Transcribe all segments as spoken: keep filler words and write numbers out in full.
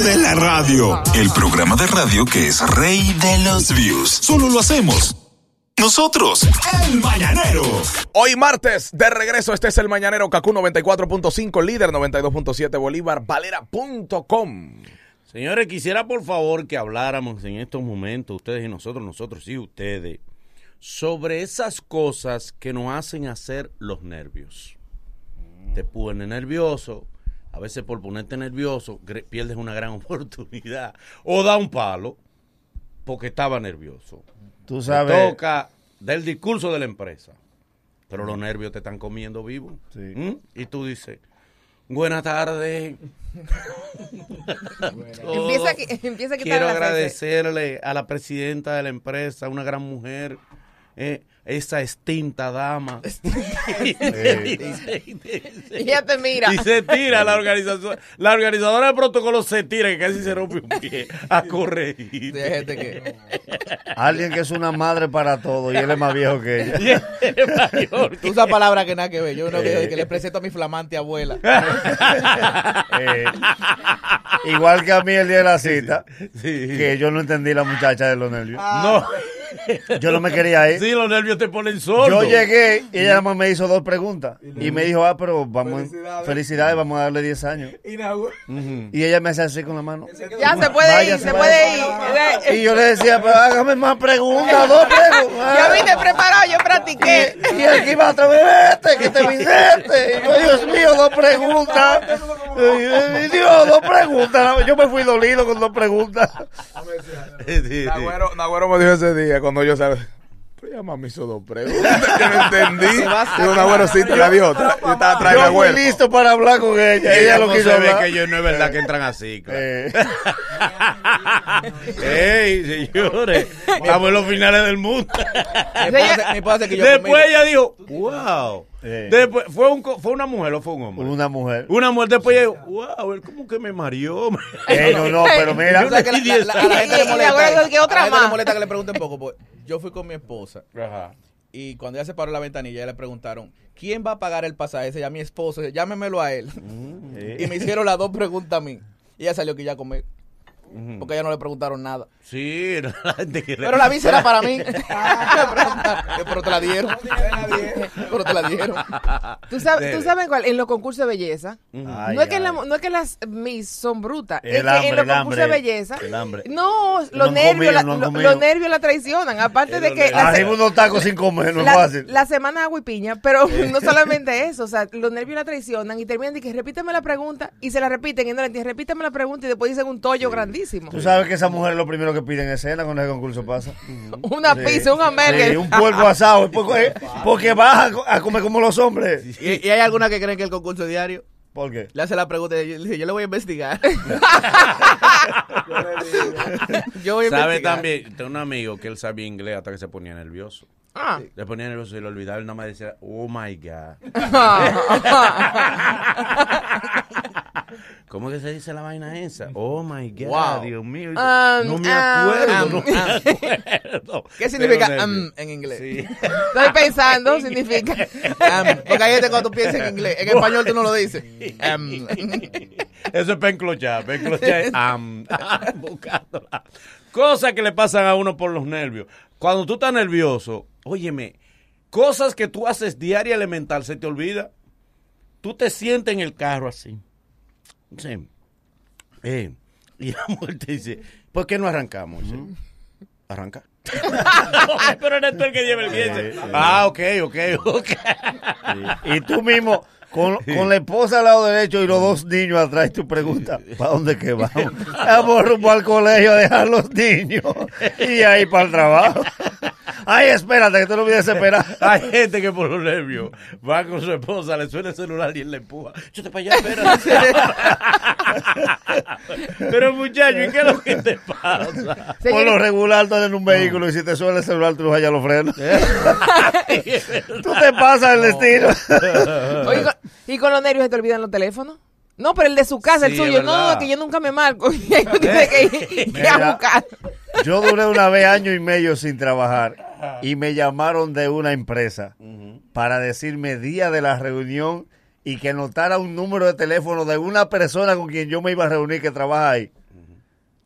de la radio. El programa de radio que es rey de los views. Solo lo hacemos nosotros, El Mañanero. Hoy martes, de regreso, este es El Mañanero, Kaku noventa y cuatro punto cinco, Líder noventa y dos punto siete, Bolívar, Valera punto com. Señores, quisiera por favor que habláramos en estos momentos, ustedes y nosotros, nosotros y ustedes, sobre esas cosas que nos hacen hacer los nervios. Te pone nervioso, a veces por ponerte nervioso pierdes una gran oportunidad, o da un palo porque estaba nervioso. Tú sabes. Te toca del discurso de la empresa, pero los nervios te están comiendo vivo. Sí. ¿Mm? Y tú dices, buenas tardes. empieza, a, empieza a Quiero agradecerle a la presidenta de la empresa, una gran mujer, eh, esa extinta dama. Y ella te mira. Y se tira la organización. La organizadora de protocolo se tira, que casi se rompe un pie a corregir. Gente que... Alguien que es una madre para todo y él es más viejo que ella. Tú usas palabras que nada que ver. Yo no eh. que le presento a mi flamante abuela. eh, igual que a mí el día de la cita, sí. Que yo no entendí la muchacha de los nervios. Ah. No. Yo no me quería ir. Sí, los nervios te ponen sordo. Yo llegué y ella nada más me hizo dos preguntas. Y me dijo, ah, pero vamos, felicidades, felicidades vamos a darle diez años. Uh-huh. Y ella me hace así con la mano. Ya se puede Vaya, ir, se, se puede ir. Y yo le decía, pero hágame más preguntas, dos preguntas. Yo vine preparado, yo practiqué. Y, y el que iba a través este, que te Vicente. Y yo, Dios mío, dos preguntas. Y, Dios, dos preguntas. Yo me fui dolido con dos preguntas. Sí, sí. Nagüero, Nagüero me dijo ese día cuando yo salí. Pero ya mami hizo dos preguntas que no entendí. Y un Nagüero sí te la dio. Yo estaba atrás de Nagüero. Yo fui listo para hablar con ella. Ella, ella lo quiso hablar. Que ellos no es verdad que entran así. Claro. Eh. Ey, señores, estamos en los finales del mundo. Después ella dijo, wow. Eh. Después, ¿fue, un, ¿Fue una mujer o fue un hombre? Una mujer. Una mujer. Después ella dijo, wow, él como que me mareó. Eh, no, no, pero mira. O sea, que la, la, la, a la gente le molesta, que otra a la gente le molesta que le pregunten poco. Pues, yo fui con mi esposa. Ajá. Y cuando ella se paró en la ventanilla, ella le preguntaron, ¿quién va a pagar el pasaje? Ese ya mi esposo, llámemelo a él. Mm, eh. Y me hicieron las dos preguntas a mí. Y ella salió que ya comer. Uh-huh. Porque a ella no le preguntaron nada. Sí, la gente que pero la visa era para mí. Pero te la dieron. Pero te la dieron. ¿Tú sabes, ¿tú sabes cuál? En los concursos de belleza. Uh-huh. Ay, no, es que la, no es que las Miss son brutas. El es hambre, que en los concursos hambre, de belleza. El hambre. No, los no nervios comido, la, no lo, los nervios la traicionan. Aparte de que. Arriba unos tacos sin comer, no es fácil. La semana agua y piña. Pero no solamente eso. O sea, los nervios la traicionan y terminan de que repíteme la pregunta. Y se la repiten y no la entienden. Repíteme la pregunta y después dicen un tollo sí. grandísimo. Tú sabes que esas mujeres lo primero que piden es cena cuando el concurso pasa. Una sí. pizza, un hamburger. Sí, un puerco asado. Porque, porque vas a, a comer como los hombres. ¿Y, ¿Y hay alguna que creen que el concurso es diario? ¿Por qué? Le hace la pregunta y yo, yo le voy a investigar. Yo voy a ¿Sabe investigar. también? Tengo un amigo que él sabía inglés hasta que se ponía nervioso. Ah. Le ponía nervioso y lo olvidaba. Él nada más decía, oh my God. ¿Cómo que se dice la vaina esa? Oh my God, wow. Dios mío. Um, no me acuerdo, um, no me acuerdo. ¿Qué significa um, en inglés? Sí. Estoy pensando, significa. Um, porque hay gente cuando tú piensas en inglés. En español tú no lo dices. Um. Eso es para enclochar. Para enclochar es um, buscándola. Cosas que le pasan a uno por los nervios. Cuando tú estás nervioso, óyeme, cosas que tú haces diaria elemental, se te olvida. Tú te sientes en el carro así. Sí. Eh, y la mujer te dice, ¿por qué no arrancamos? Dice, arranca. Pero eres tú el que lleva el guía. Ah, ok, ok, ok. Sí. Y tú mismo, con, con la esposa al lado derecho y los dos niños atrás, y tú preguntas, ¿para dónde que vamos? Vamos rumbo al colegio a dejar los niños y ahí para el trabajo. Ay, espérate, que tú no olvides esperar. Hay gente que por los nervios va con su esposa, le suena el celular y él le empuja. Yo te para allá, espérate. Pero muchacho, ¿y qué es lo que te pasa? Señor, por lo regular, tú en un vehículo y si te suena el celular, tú allá los frenos. Tú te pasas el destino. Oye, y con los nervios se te olvidan los teléfonos. No, pero el de su casa, sí, el suyo. No, que yo nunca me marco. Y ahí tiene que ir, que ir a buscar. Yo duré una vez año y medio sin trabajar y me llamaron de una empresa uh-huh. para decirme día de la reunión y que notara un número de teléfono de una persona con quien yo me iba a reunir que trabaja ahí.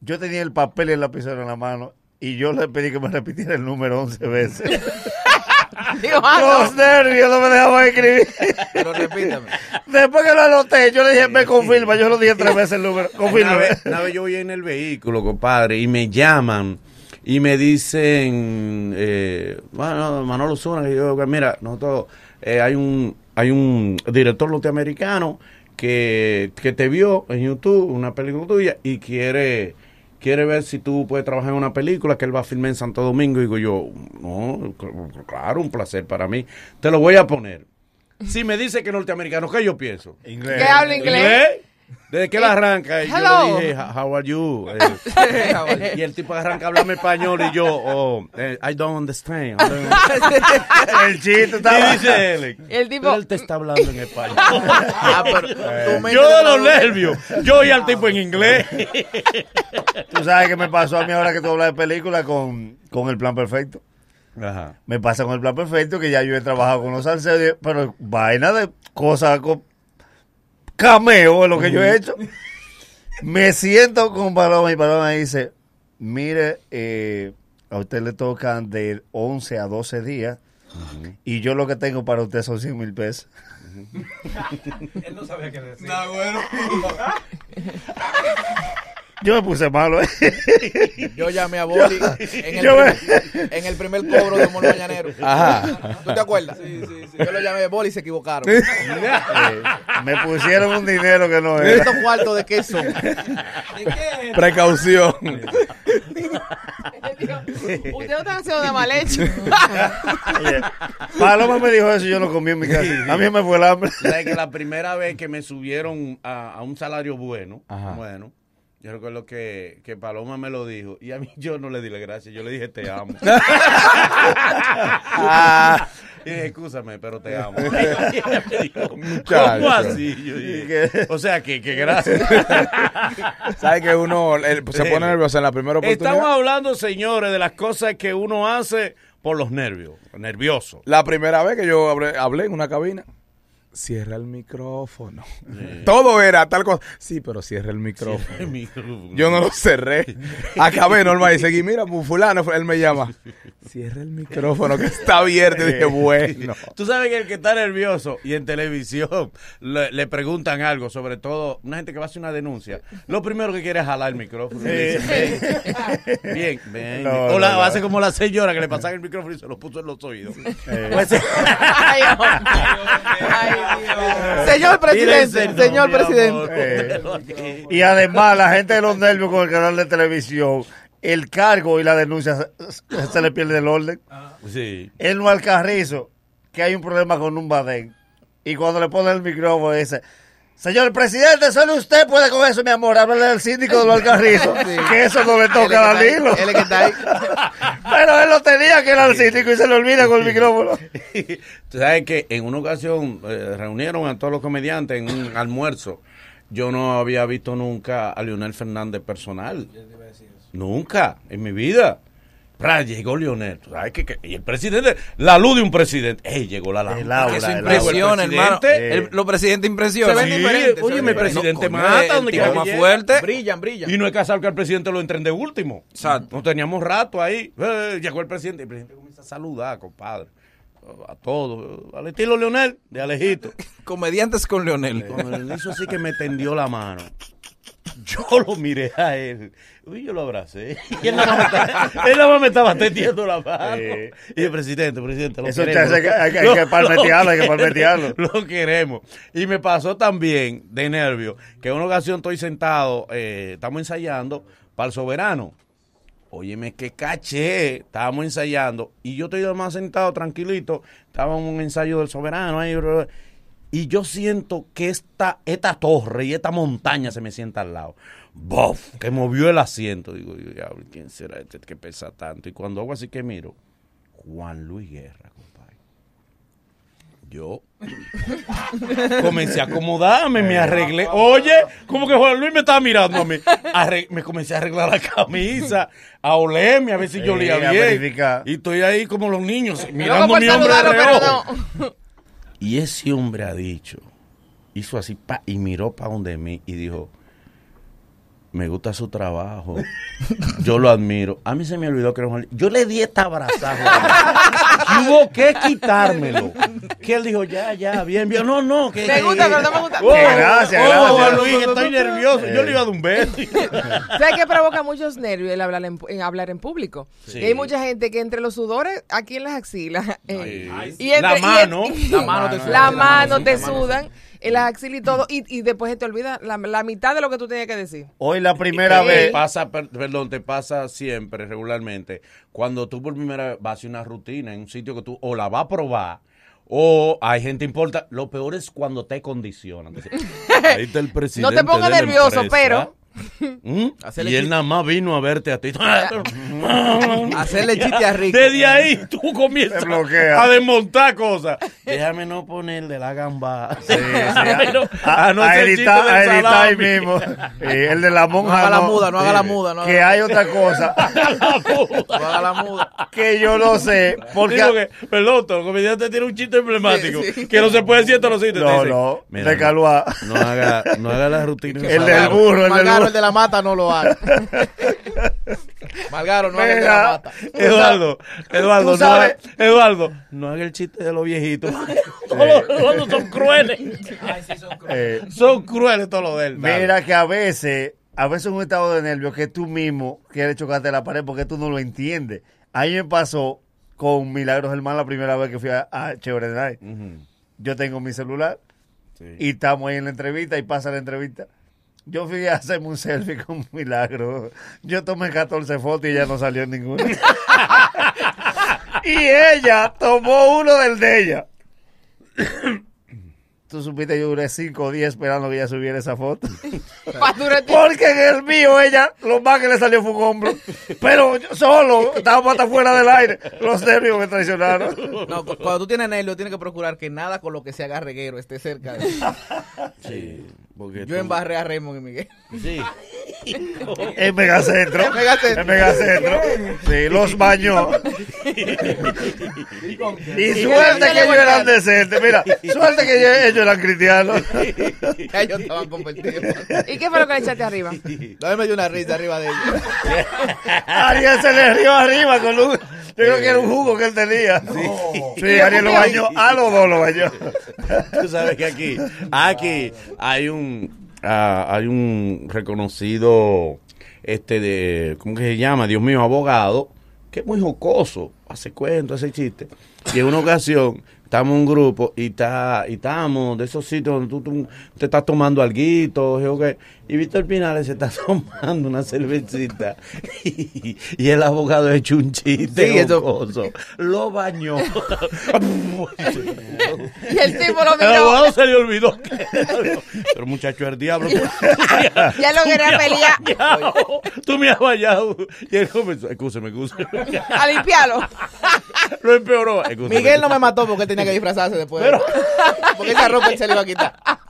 yo tenía el papel y el lapicero en la mano y yo le pedí que me repitiera el número once veces. Digo, ah, Los nervios no me dejaban escribir. Pero repítame. Después que lo anoté, yo le dije, me confirma. Yo lo dije tres veces el número. Una Confirma. vez, una vez yo voy en el vehículo, compadre, y me llaman y me dicen, eh, bueno, Manolo Zuna, que yo, mira, nosotros, eh, hay un hay un director norteamericano que, que te vio en YouTube, una película tuya, y quiere... quiere ver si tú puedes trabajar en una película que él va a filmar en Santo Domingo. Y digo yo, no, claro, un placer para mí. Te lo voy a poner. Si me dice que es norteamericano, ¿qué yo pienso? Inglés. ¿Qué habla inglés? ¿Inglés? ¿Desde que él arranca? Y Hello. yo le dije, how are you? Eh, y el tipo arranca a hablarme español y yo, oh, eh, I don't understand. I don't understand. El chiste estaba. Y dice él, El tipo- pero él te está hablando en español. Ah, pero tu mente Yo de te los lo- nervios, yo oí al tipo en inglés. Tú sabes que me pasó a mí ahora que tú hablas de película con, con El Plan Perfecto. Ajá. Me pasa con El Plan Perfecto que ya yo he trabajado con los salseros, pero vaina de cosas, con cameo es lo que yo he hecho. Me siento con Paloma y Paloma me dice, mire, eh, a usted le tocan de once a doce días y yo lo que tengo para usted son cien mil pesos. Él no sabía qué decir. No, bueno. Yo me puse malo, ¿eh? Yo llamé a Boli en el, Yo me- primer, en el primer cobro de Humor Mañanero. Ajá. ¿Tú te acuerdas? Sí, sí, sí. Yo lo llamé a Boli y se equivocaron. Eh, me pusieron un dinero que no era. ¿Estos cuartos de qué son? Precaución. Usted no está haciendo de mal hecho. Oye, Paloma me dijo eso y yo lo comí en mi casa. A mí me fue el hambre. ¿Sabes que la primera vez que me subieron a, a un salario bueno, Ajá. bueno, yo recuerdo que, que Paloma me lo dijo y a mí yo no le di las gracias, yo le dije te amo. Ah, Y dije, escúchame, pero te amo. Muchacho. ¿Cómo así? Yo dije, o sea, que, que gracias. ¿sabes que uno eh, se pone nervioso en la primera oportunidad? Estamos hablando, señores, de las cosas que uno hace por los nervios, nervioso. La primera vez que yo hablé, hablé en una cabina, cierra el micrófono. Todo era tal cosa. Sí, pero cierra el micrófono. Yo no lo cerré. Acabé normal y seguí. Mira, pues, fulano, él me llama. Cierra el micrófono que está abierto. Y dije, bueno. Tú sabes que el que está nervioso y en televisión le, le preguntan algo, sobre todo una gente que va a hacer una denuncia, lo primero que quiere es jalar el micrófono. Y le dice, ven, bien, ven. No, o la, no, no. hace como la señora que le pasan el micrófono y se lo puso en los oídos. Eh, Pues, Ay, hombre. Ay, Dios. Señor presidente, Mírense, no, señor mi presidente. amor. Eh. y además, la gente de los nervios con el canal de televisión, el cargo y la denuncia se, se le pierde el orden. Sí. Él no al carrizo, que hay un problema con un badén. Y cuando le ponen el micrófono dice, señor presidente, solo usted puede con eso, mi amor. Háblale al síndico de los Alcarrizos, que eso no le toca a Danilo. Él es que está ahí. Pero él lo tenía que era el síndico y se le olvida con el micrófono. Tú sabes que en una ocasión eh, reunieron a todos los comediantes en un almuerzo. Yo no había visto nunca a Leonel Fernández personal. Nunca en mi vida. Pra, llegó Leonel. ¿Tú sabes que, que- y el presidente, la luz de un presidente. ¡Ey! Llegó la luz. El aura, Eso el impresiona, El hermano. presidente- El- los presidentes impresionan. Se ven Sí, diferentes, oye, se ven mi diferentes. presidente No, mata el donde tipo quiera más que llegue. fuerte. Brillan, brillan. Y no es casual que el presidente lo entren de último. Exacto. No teníamos rato ahí. Eh, llegó el presidente. El presidente comienza a saludar, compadre. A todos. Al estilo Leonel, de alejito. Comediantes con Leonel. Cuando él hizo así que me tendió la mano. Yo lo miré a él. Uy, yo lo abracé. Y él nada más me estaba, él nada más me estaba tendiendo la mano. Sí. Y el presidente, presidente, lo Eso te queremos. hace que- hay que- hay que palmetearlo, hay que palmetearlo. Lo queremos. Y me pasó también, de nervio, que en una ocasión estoy sentado, eh, estamos ensayando para el Soberano. Óyeme, qué caché, estábamos ensayando. Y yo estoy más sentado, tranquilito. Estaba en un ensayo del Soberano ahí, bro. Y yo siento que esta, esta torre y esta montaña se me sienta al lado. ¡Bof! Que movió el asiento. Digo, yo, diablo, ¿quién será este que pesa tanto? Y cuando hago así que miro, Juan Luis Guerra, compadre. Yo comencé a acomodarme, me arreglé. Oye, como que Juan Luis me estaba mirando a mí. Arre- me comencé a arreglar la camisa, a olerme, a ver si yo Sí, olía a bien. verificar. Y estoy ahí como los niños, Loco mirando a por mi hombre de saludarlo, pero reojo. no. Y ese hombre ha dicho, hizo así, pa, y miró para donde mí y dijo, me gusta su trabajo. Yo lo admiro. A mí se me olvidó que era un... Yo le di esta abrazada. Hubo que quitármelo. Que él dijo, ya, ya, bien, bien. No, no. Que, me gusta, pero no me gusta. Oh, gracias, oh, gracias. Juan Luis, que estoy nervioso. Yo le iba a dar un beso. ¿Sabes qué provoca muchos nervios el hablar en, en hablar en público? Sí. Y hay mucha gente que entre los sudores, aquí en las axilas, eh, Ay, y entre, la mano. Y en, La mano te suda. La mano te sudan. En las axilas y todo, y, y después se te olvida la, la mitad de lo que tú tenías que decir. Hoy la primera Te vez. pasa, per- perdón, te pasa siempre, regularmente, cuando tú por primera vez vas a hacer una rutina en un sitio que tú o la vas a probar, o hay gente importa. Lo peor es cuando te condicionan. Entonces, ahí está el presidente. No te pongas de la nervioso, empresa. pero... ¿Mm? Hacerle Y él chiste. nada más vino a verte a ti. Hacerle chiste a Rico. Desde ahí tú comienzas Te bloquea. a desmontar cosas. Déjame no ponerle la gamba. Sí, sí, a, a, a, no a ser editar, chiste a del editar ahí salami. mismo. Eh, el de la monja. No haga la muda, no haga la muda, no haga Que la- hay otra cosa No haga la muda. que yo no sé. Porque. Digo que, perdón, el comediante tiene un chiste emblemático Sí, sí. que no se puede decir en todos los sitios. Te No, dicen, no. "Mira, De Calua. No haga, no haga la rutina. El del burro, el del Malgaro, burro. el de la mata, no lo haga. Malgaro, no haga el de la Mira, mata. Eduardo, Eduardo, tú sabes- no haga, Eduardo, no haga el chiste de los viejitos. Todos los Eduardo son crueles. Ay, sí, son crueles. Eh, Son crueles todos los de él. dale. Mira que a veces, a veces un estado de nervio que tú mismo quieres chocarte la pared porque tú no lo entiendes. A mí me pasó con Milagros Germán la primera vez que fui a, a Chévere Night. Ujú. Yo tengo mi celular Sí. y estamos ahí en la entrevista y pasa la entrevista. Yo fui a hacerme un selfie con Milagro. Yo tomé catorce fotos y ella no salió en ninguna. Y ella tomó uno del de ella. Tú supiste, yo duré cinco o diez esperando que ella subiera esa foto. Porque en el mío ella, lo más que le salió fue un hombro. Pero yo solo, estábamos hasta fuera del aire. Los nervios me traicionaron. No, cu- cuando tú tienes nervios, tienes que procurar que nada con lo que se haga reguero esté cerca de él. Sí, porque Yo tú- embarré a Raymond y Miguel. Sí. En Megacentro. En Megacentro. En Megacentro. Sí, los bañó. Y suerte que ellos eran decentes. Mira, suerte que ellos, ellos eran cristianos. Ya ellos estaban convertidos. ¿Y qué fue lo que le echaste arriba? No me dio una risa arriba de ellos. Ariel se le rió arriba con un... Yo creo que era un jugo que él tenía. Sí, Ariel lo bañó. A los dos lo bañó. Tú sabes que aquí, aquí hay un, ah, hay un reconocido, este de, ¿cómo que se llama? Dios mío, abogado, que es muy jocoso, hace cuentos, hace chistes. Y en una ocasión estamos en un grupo y está, y estamos de esos sitios donde tú, tú te estás tomando alguito, ¿sí o qué? Y Víctor Pinales se está tomando una cervecita y, y el abogado ha hecho un chiste Sí, eso- jocoso. Lo bañó. Y el tipo lo El miró. abogado se le olvidó. que- Pero muchacho, el diablo. Ya lo quería pelear. Tú me has vallado. Y él comenzó. Excúseme, excúseme. A limpiarlo. Lo empeoró. Excúseme. Miguel no me mató porque tenía que disfrazarse después. Pero- Porque esa ropa él se le iba a quitar.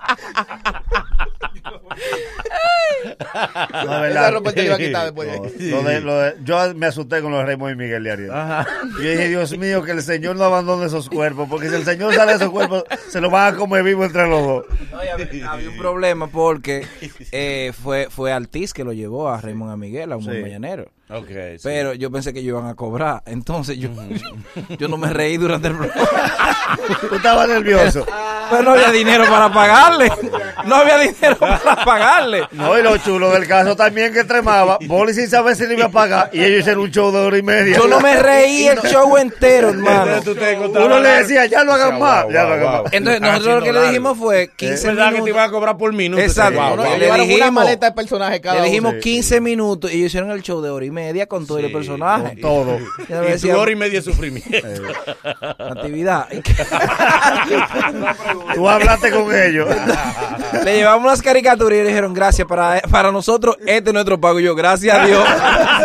No, de Esa verdad. ropa él se le iba a quitar después. de ahí. Lo de- lo de- yo me asusté con los de Raymond y Miguel de Ariel. Ajá. Yo dije, Dios mío, que el Señor no abandone esos cuerpos, porque si el Señor sale de esos cuerpos, se los van a comer vivo entre los dos. No, y había, había un problema porque eh, fue fue Altiz que lo llevó a Raymond a Miguel a un Sí. mañanero. Ok. sí. Pero yo pensé que ellos iban a cobrar. Entonces yo, yo no me reí durante el programa. Tú estabas nervioso. Pero no había dinero para pagarle. No había dinero para pagarle. No, y lo chulo del caso también que tremaba, Boli sin saber si le iba a pagar, y ellos hicieron un show de hora y media. Yo no me reí el show entero, hermano. Entonces tú te encontrabas- Uno le decía, ya lo hagan más, Wow, ya lo wow, hagan wow. más. Entonces Ah, nosotros lo que haciendo le dijimos fue Es quince verdad que te minutos. iban a cobrar por minuto. Exacto. Wow, No, wow. le Le llevaron una dijimos- maleta de personaje cada Le uno. dijimos Sí. quince minutos y ellos hicieron el show de hora y media con todo el personaje. Todo. Ya me Y decía, tu hora y media de sufrimiento. actividad. Tú hablaste con ellos. Le llevamos las caricaturas y le dijeron, gracias, para, para nosotros este es nuestro pago. Y yo, gracias a Dios.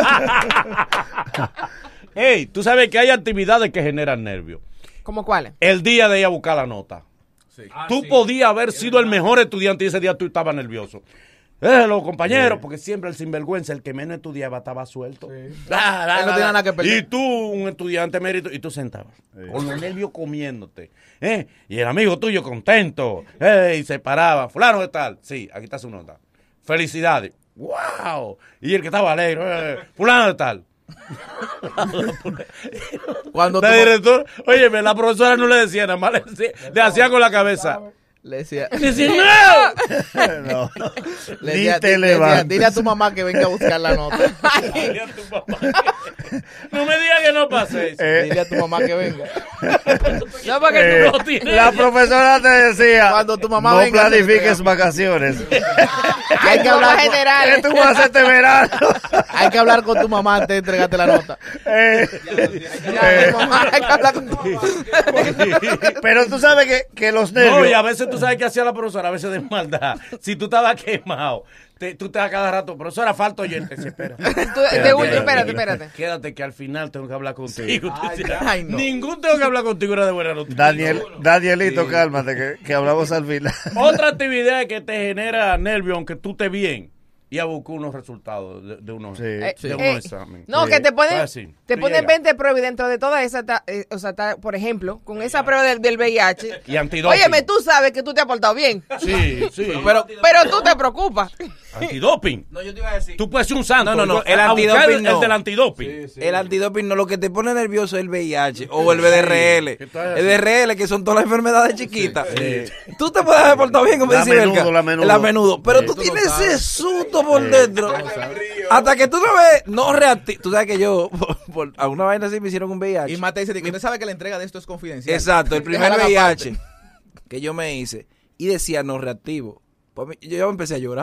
Ey, tú sabes que hay actividades que generan nervios. ¿Cómo cuáles? El día de ir a buscar la nota. Ah, Tú sí. podías haber sido el mejor estudiante y ese día tú estabas nervioso. Eh, los compañeros, porque siempre el sinvergüenza, el que menos estudiaba, estaba suelto. Ah, ah, Él no ah, tiene ah. nada que perder. Y tú, un estudiante mérito, y tú sentabas, con los nervios comiéndote. ¿eh? Y el amigo tuyo contento, eh, y se paraba. Fulano de tal, sí, aquí está su nota. Felicidades. ¡Wow! Y el que estaba alegre, eh, fulano de tal. Cuando la tu- directora, óyeme, la profesora no le decía nada más, le, decía, le hacía con la cabeza. Le decía, Le decía, ¡no! No. le Ni decía, te le decía, levantes. dile a tu mamá que venga a buscar la nota. Dile a tu mamá. No me digas que no pase eso. Eh, Dile a tu mamá que venga. No, porque eh, no tienes. la profesora te decía, Cuando tu mamá no venga, planifiques te- vacaciones. Hay que hablar con, general. ¿Qué tú vas a hacer este verano? hay que hablar con tu mamá antes de entregarte la nota. Eh, Ya, mi mamá, hay que hablar con tu mamá. pero tú sabes que, que los nervios... No, y a veces tú sabes qué hacía la profesora, a veces de maldad. Si tú estabas quemado, te, tú te das cada rato, profesora, falta oyente. Sí, espera. Tú, de último, espérate, espérate. Quédate que al final tengo que hablar contigo. Tú decías, ay, no. Ningún tengo que hablar contigo era de buena noticia. Daniel, Danielito, cálmate, que, que hablamos al final. Otra actividad que te genera nervio, aunque tú estés bien, y a buscar unos resultados de, de unos, Sí. de Eh, unos eh, exámenes. No, Sí. que te ponen, Pues así, te tú ponen llegas. veinte pruebas y dentro de toda esa, ta- eh, o sea, ta- por ejemplo, con esa prueba del, del V I H. Y antidoping. Óyeme, tú sabes que tú te has portado bien, Sí, sí. Pero, pero tú te preocupas. Antidoping. No, yo te iba a decir. Tú puedes ser un santo. No, no, no, Yo- el a buscar antidoping el, no. el del antidoping. El antidoping no, lo que te pone nervioso es el V I H o el B D R L. que tú hagas El B D R L, que son todas las enfermedades chiquitas. Sí. Tú te puedes haber portado bien, como La dice menudo, Belka. la menudo. La menudo. Pero Sí. tú Tú lo tienes sabes. ese susto por dentro. Hasta que tú no ves, no reactivo. Tú sabes que yo, por, por alguna vaina así me hicieron un V I H. y Mate dice que usted sabe que la entrega de esto es confidencial. Exacto, el primer Déjala V I aparte. H que yo me hice y decía no reactivo. Pues me- yo empecé a llorar.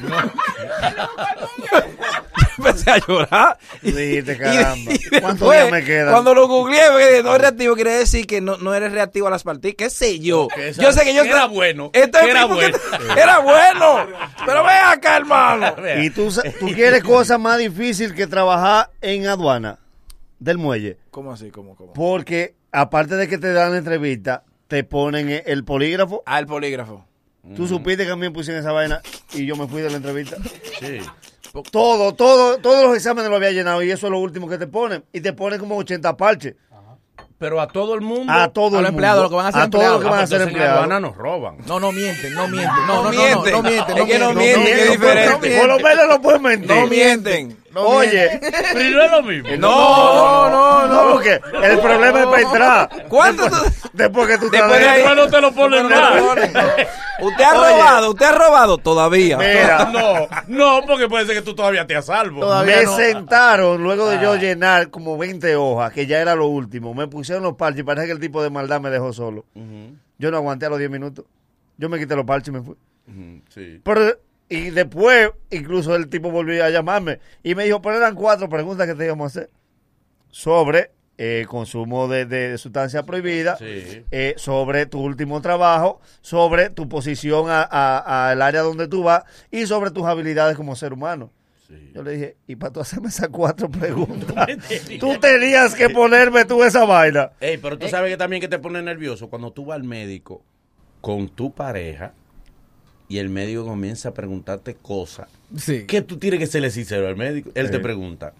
Yo empecé a llorar. Y, Dijiste, y- caramba, y ¿cuántos después, días me quedan? Cuando lo googleé, me quedé, no reactivo quiere decir que no, no eres reactivo a las partidas. ¿Qué sé yo? Que esa- Yo sé que yo que era bueno, Esto que es era tipo bueno. Era bueno. Pero ven acá, hermano. Y tú, sa- tú quieres cosas más difíciles que trabajar en aduana del muelle. ¿Cómo así? ¿Cómo, cómo? Porque aparte de que te dan entrevista, te ponen e- el polígrafo. Ah, el polígrafo. Tú supiste que a mí me pusieron esa vaina y yo me fui de la entrevista. Sí. Todo, todo, todos los exámenes lo había llenado y eso es lo último que te ponen. Y te ponen como ochenta parches. Pero a todo el mundo. A todo a el los empleados, mundo. lo que van a ser a todos los que empleados. van a Ah, ser pues entonces en empleados. aduana nos roban. No, no mienten, no mienten. No, no, no, no, mienten. no, mienten. Es que no mienten, mienten, es no diferente. mienten. Por lo menos no pueden mentir. No mienten. No Oye, Pero no es lo mismo. No, no, no, porque el problema es para entrar. ¿Cuánto tú- Después que tú Después estás de ahí- Después no te lo ponen nada. Usted ha Oye. robado, usted ha robado todavía. Mira, No, no, porque puede ser que tú todavía te a salvo. Todavía me no. sentaron luego de yo llenar como veinte hojas, que ya era lo último. Me pusieron los parches y parece que el tipo de maldad me dejó solo. Yo no aguanté a los diez minutos. Yo me quité los parches y me fui. Ujú, sí. Pero, y después, incluso el tipo volvió a llamarme y me dijo, pero eran cuatro preguntas que te íbamos a hacer sobre eh, consumo de, de sustancias prohibidas, Sí. eh, sobre tu último trabajo, sobre tu posición a- a- al área donde tú vas y sobre tus habilidades como ser humano. Sí. Yo le dije, y para tú hacerme esas cuatro preguntas, tú tenías que ponerme tú esa vaina. Ey, pero tú sabes que también que te pone nervioso cuando tú vas al médico con tu pareja y el médico comienza a preguntarte cosas Sí. que tú tienes que serle sincero al médico. Él te pregunta,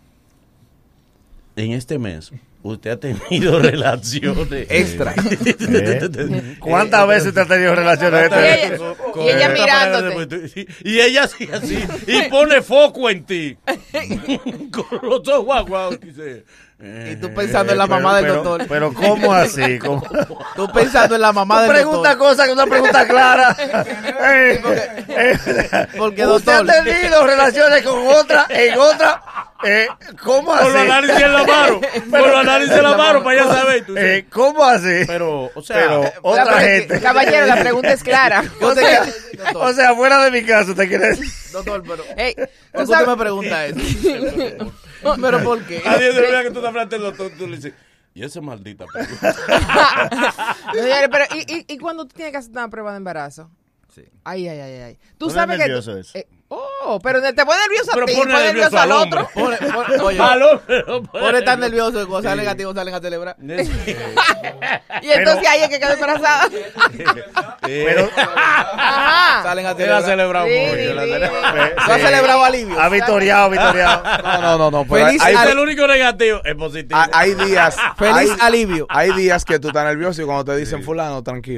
en este mes, ¿usted ha tenido relaciones Extra. ¿Cuántas veces te has tenido relaciones? Y ella, Con y ella esta pareja mirándote. de- Y ella así, así, y pone foco en ti. Con los ojos guau, guau, dice, Y tú pensando en la Pero- mamá del pero- doctor. Pero ¿cómo así? ¿Cómo? Tú pensando en la mamá del Pregunta doctor. cosas que una pregunta clara. Eh, eh, porque, usted doctor- ha tenido relaciones con otra, en otra. Eh, ¿Cómo con los así? análisis en la mano, con los análisis en la mano para ella saber. Tú dices, Eh, ¿Cómo así? pero, o sea, Pero La otra pre- gente. Caballero, la pregunta es clara. O sea, o sea, fuera de mi caso, ¿te quieres? Doctor, pero. Ey, ¿Por tú qué usted sabes- me pregunta eso? ¿Pero por qué? a Dios de verdad que tú te hablaste del doctor, tú le dices, y esa maldita pregunta. Señores, pero ¿y, y, y cuando tú tienes que hacer una prueba de embarazo? Sí. Ay, ay, ay, ay. Tú Pone sabes que... nervioso tú- eso. eh, oh, pero te pone nervioso Pero a ti, pone pone nervioso nervioso al al otro. Pone, pone- oye, Aló, pero pone pone tan nervioso que cuando sale negativo salen a celebrar. Y entonces ahí es que quedó embarazada. Pero Ajá. Salen a Él ha celebrar. celebrado Sí, mucho. la sí. celebra- ¿Tú has celebrado alivio? ha vitoriado, vitoriado. No, no, no, no. pero Feliz hay, Ese hay- es el único negativo, es positivo. hay- hay días. Feliz hay- alivio. Hay días que tú estás nervioso y cuando te dicen fulano, tranquilo ya.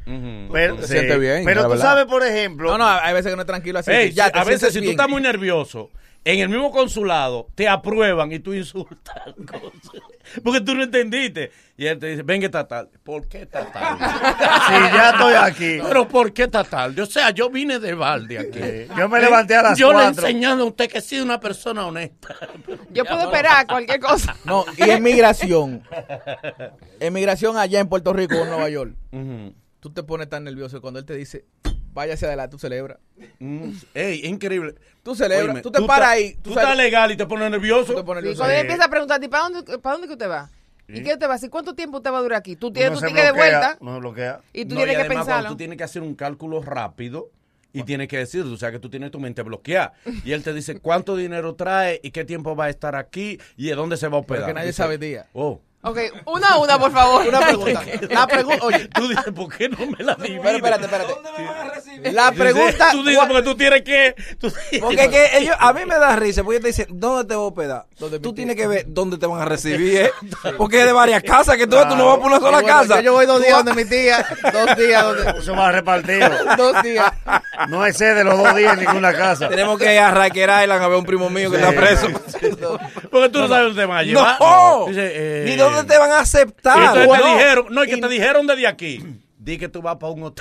Uh-huh. Pero, te sí. sientes bien. Pero tú verdad. sabes, por ejemplo. No, no, hay veces que no es tranquilo así. Ey, ya, sí, te a veces sientes si tú bien. estás muy nervioso, en el mismo consulado te aprueban y tú insultas cosas. Porque tú no entendiste. Y él te dice, venga esta tarde. ¿Por qué esta tarde? Sí, ya estoy aquí. Pero ¿por qué esta tarde? O sea, yo vine de balde aquí. Sí, yo me levanté a las Yo le he cuatro. enseñado a usted que he sido una persona honesta. Yo puedo esperar cualquier cosa. No, y en migración. En migración allá en Puerto Rico o en Nueva York. Uh-huh. Tú te pones tan nervioso y cuando él te dice, vaya hacia adelante, tú celebras. Mm. Ey, increíble. Tú celebras, Óyeme, tú te paras ahí. Tú sabes- estás legal y te pones nervioso. tú te pones Y nervioso. cuando él empieza a preguntar, ¿y para dónde, para dónde que usted va? ¿Y qué usted va? ¿Y cuánto tiempo usted va a durar aquí? Tú tienes Uno tu se ticket de bloquea, vuelta uno se bloquea. y tú No, tienes y que además, pensarlo. cuando tú tienes que hacer un cálculo rápido y tienes que decir, o sea, que tú tienes tu mente bloqueada. Y él te dice cuánto dinero trae y qué tiempo va a estar aquí y de dónde se va a Pero hospedar. que nadie Dice, sabe el día. Oh. Ok, una a una, por favor. Una pregunta. La pregunta, oye, Tú dices, ¿por qué no me la divides? pero espérate, espérate. ¿Dónde me van a recibir? La pregunta. Tú dices, porque tú tienes que... Tú dices, Porque es que ellos, a mí me da risa, porque te dicen, ¿dónde te voy a hospedar? ¿Dónde Tú mi tienes tío? que ver dónde te van a recibir, ¿eh? Porque es de varias casas, que tú, tú no vas por una sola Y bueno, casa. Yo voy dos Tú días vas- donde mi tía, dos días donde. Eso va repartido. Dos días. No es de los dos días en ninguna casa. Tenemos que ir a Raquel Island a ver a un primo mío que está preso. porque tú no, sabes dónde te van a llevar. No, Dice, eh, ni dónde te van a y aceptar. entonces te No. dijeron, no, y que te dijeron desde aquí. Di que tú vas para un hotel.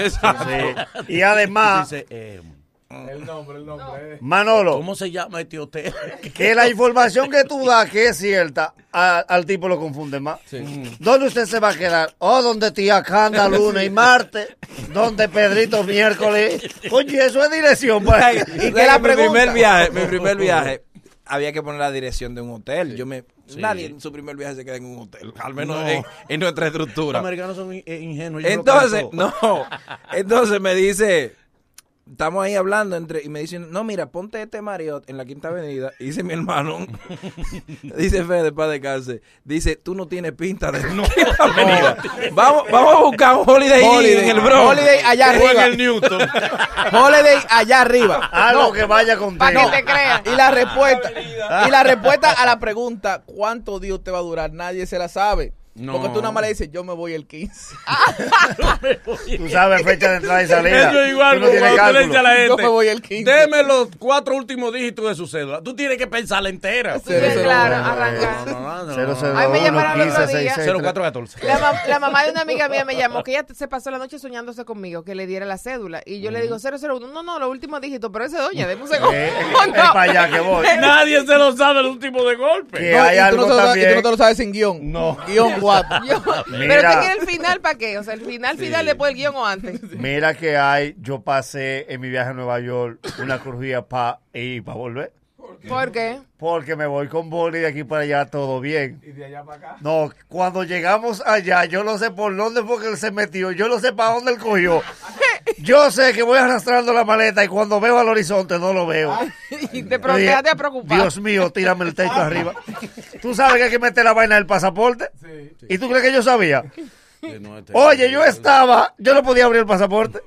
Sí. Y además, Dice, eh, El nombre, el nombre. Manolo, ¿cómo se llama este hotel? que la información que tú das que es cierta, a- al tipo lo confunde más. ¿Dónde usted se va a quedar? Oh, donde tía Canda lunes y martes, donde Pedrito miércoles. Oye, eso es dirección. Para... Y que que la mi primer pregunta- viaje, mi primer viaje, había que poner la dirección de un hotel. Yo me, nadie en su primer viaje se queda en un hotel, al menos No. en, en nuestra Los estructura. americanos son in- eh, ingenuos. ellos lo Entonces, creen todo. no, entonces me dice, estamos ahí hablando entre y me dicen, no, mira, ponte este Marriott en la Quinta Avenida. Y dice mi hermano, dice Fede, para de cárcel, dice, tú no tienes pinta de no, Quinta Avenida. Vamos, vamos a buscar un Holiday, Inn Holiday, en el Bronx. Holiday allá O en arriba. el Newton. Holiday allá arriba. Algo que vaya contigo. Para que te crean. Y la respuesta, y la respuesta a la pregunta, ¿cuántos días te va a durar? Nadie se la sabe. No. Porque tú nada más le dices, yo me voy el quince. Tú sabes fecha de entrada y salida. Eso igual, Tú no como tienes cuando tú le dices a cálculo. la gente, Yo me voy el quince. deme los cuatro últimos dígitos de su cédula. Tú tienes que pensarla entera. Sí, Cero, cero, claro, uno. arrancar. No, no, no, cero no. cero Ay, me uno, llamaron el otro quince, día. seis, cero seis, cuatro catorce. La, mam- la mamá de una amiga mía me llamó, que ella se pasó la noche soñándose conmigo, que le diera la cédula. Y yo le digo cero cero uno, no, no, los últimos dígitos, pero ese doña, deme un segundo. Eh, eh, No, es para allá que voy. Nadie se lo sabe el último de golpe. Que No, hay y, tú algo no te lo, sabes- y también. tú no te lo sabes sin guión. No. Guión cuatro. Yo- Mira. pero te quiere el final para qué, o sea, el final final después del guión o antes. Mira que hay, yo pasé en mi viaje a Nueva York una crujía para ir para volver. ¿Por qué? Porque me voy con Boli de aquí para allá todo bien. Y de allá para acá. No, cuando llegamos allá, yo no sé por dónde fue que él se metió, yo no sé para dónde él cogió. Yo sé que voy arrastrando la maleta y cuando veo al horizonte no lo veo. Y te pro- déjate a preocupar. Dios mío, tírame el techo arriba. ¿Tú sabes que hay que meter la vaina del pasaporte? Sí. ¿Y tú crees que yo sabía? Que no, este- Oye, yo estaba, yo no podía abrir el pasaporte.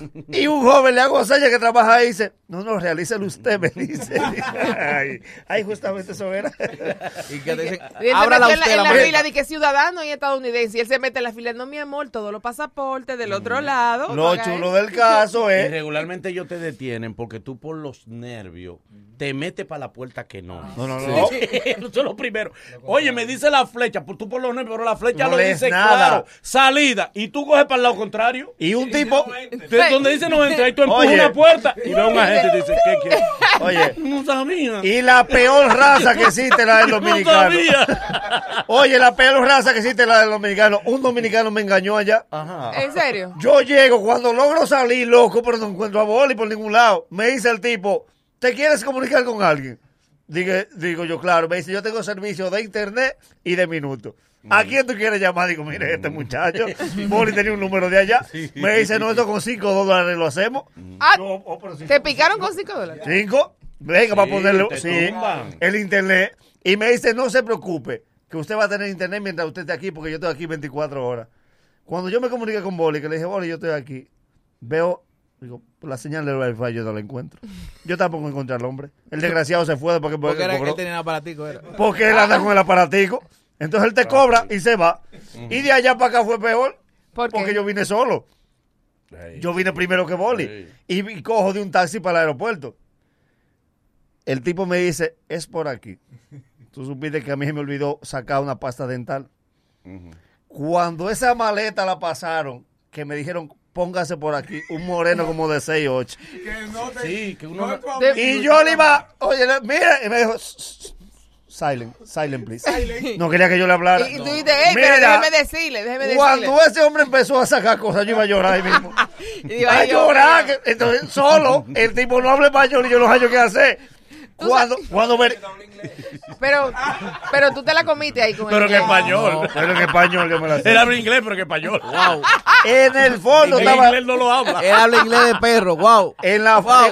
Y un joven le hago señas que trabaja ahí y dice, no, no, realícelo usted, me dice. Ay, ay, justamente eso era. Y que te dicen, Y él se ábrala metió en la, usted en la la maleta. fila de que es ciudadano y estadounidense. Y él se mete en la fila. No, mi amor, todos los pasaportes del otro lado. Lo paga chulo eso. del caso Y es... regularmente ellos te detienen porque tú por los nervios te metes para la puerta que no. No, no, no. Eso es lo primero. Oye, me dice la flecha, pues tú por los nervios, pero la flecha No lo lees dice nada. claro. Salida. Y tú coges para el lado contrario. Y un tipo... De donde dice no entra, ahí tú empujas Oye. una puerta y ve a un agente y dice, ¿qué quieres? Oye, No sabía. y la peor raza que existe la del No dominicano. sabía. Oye, la peor raza que existe la del dominicano. Un dominicano me engañó allá. Ajá. ¿En serio? Yo llego, cuando logro salir, loco, pero no encuentro a Boli por ningún lado. Me dice el tipo, ¿te quieres comunicar con alguien? Digo, digo yo, claro. Me dice, yo tengo servicio de internet y de minutos. ¿A quién tú quieres llamar? Digo, mire, este muchacho, Boli tenía un número de allá. Me dice, no, esto con cinco dólares lo hacemos. Ah, Yo, oh, pero sí. ¿te picaron con cinco dólares? Cinco, venga, para Sí, ponerle, te sí, tumban. el internet. Y me dice, no se preocupe, que usted va a tener internet mientras usted esté aquí, porque yo estoy aquí veinticuatro horas. Cuando yo me comuniqué con Boli, que le dije, Boli, yo estoy aquí, veo, digo, la señal del Wi-Fi yo no la encuentro. Yo tampoco encontré al hombre. El desgraciado se fue porque, Porque era, cobró. él tenía aparatico, era. Porque él anda con el aparatico. Entonces él te cobra y se va. Y de allá para acá fue peor. ¿Por qué? Porque yo vine solo. Hey. Yo vine primero que Boli. Hey. Y, y cojo de un taxi para el aeropuerto. El tipo me dice, es por aquí. Tú supiste que a mí se me olvidó sacar una pasta dental. Uh-huh. Cuando esa maleta la pasaron, que me dijeron, póngase por aquí, un moreno como de seis ocho. Que no te, sí, que uno... No de, y yo le iba, oye, mira, y me dijo, silent, silent, please. Silent. No quería que yo le hablara. Y, y tú dices, hey, mira, pero déjeme decirle, déjeme decirle. Cuando ese hombre empezó a sacar cosas, yo iba a llorar ahí mismo. y iba a llorar. Que, entonces, solo, el tipo no habla español y yo no sé qué hacer. Cuando, cuando ver... Pero, pero tú te la comiste ahí con pero el en español. No, pero en español yo me la sé. Él habla inglés, pero en español. Wow. En el fondo en estaba... inglés no lo habla. Él habla inglés de perro, wow. En la wow.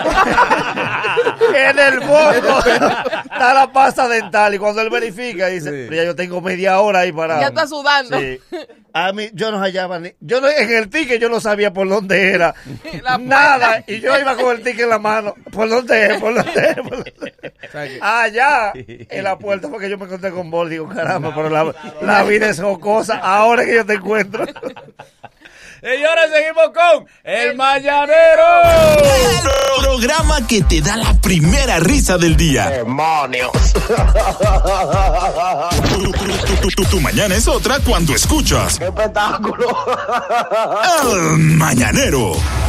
En el fondo está la pasta dental y cuando él verifica dice, sí. ya yo tengo media hora ahí parado. Ya está sudando. Sí. A mí, yo no hallaba ni... Yo no, en el ticket yo no sabía por dónde era. Nada. Y yo iba con el ticket en la mano. ¿Por dónde es? ¿Por dónde es? ¿Por dónde es? Allá, en la puerta, porque yo me encontré con Bol. Digo, caramba, pero la, la vida es jocosa. Ahora que yo te encuentro. Señores, seguimos con El Mañanero. El programa que te da la primera risa del día. ¡Demonios! Tu, tu, tu, tu, tu mañana es otra cuando escuchas. ¡Qué espectáculo! El Mañanero.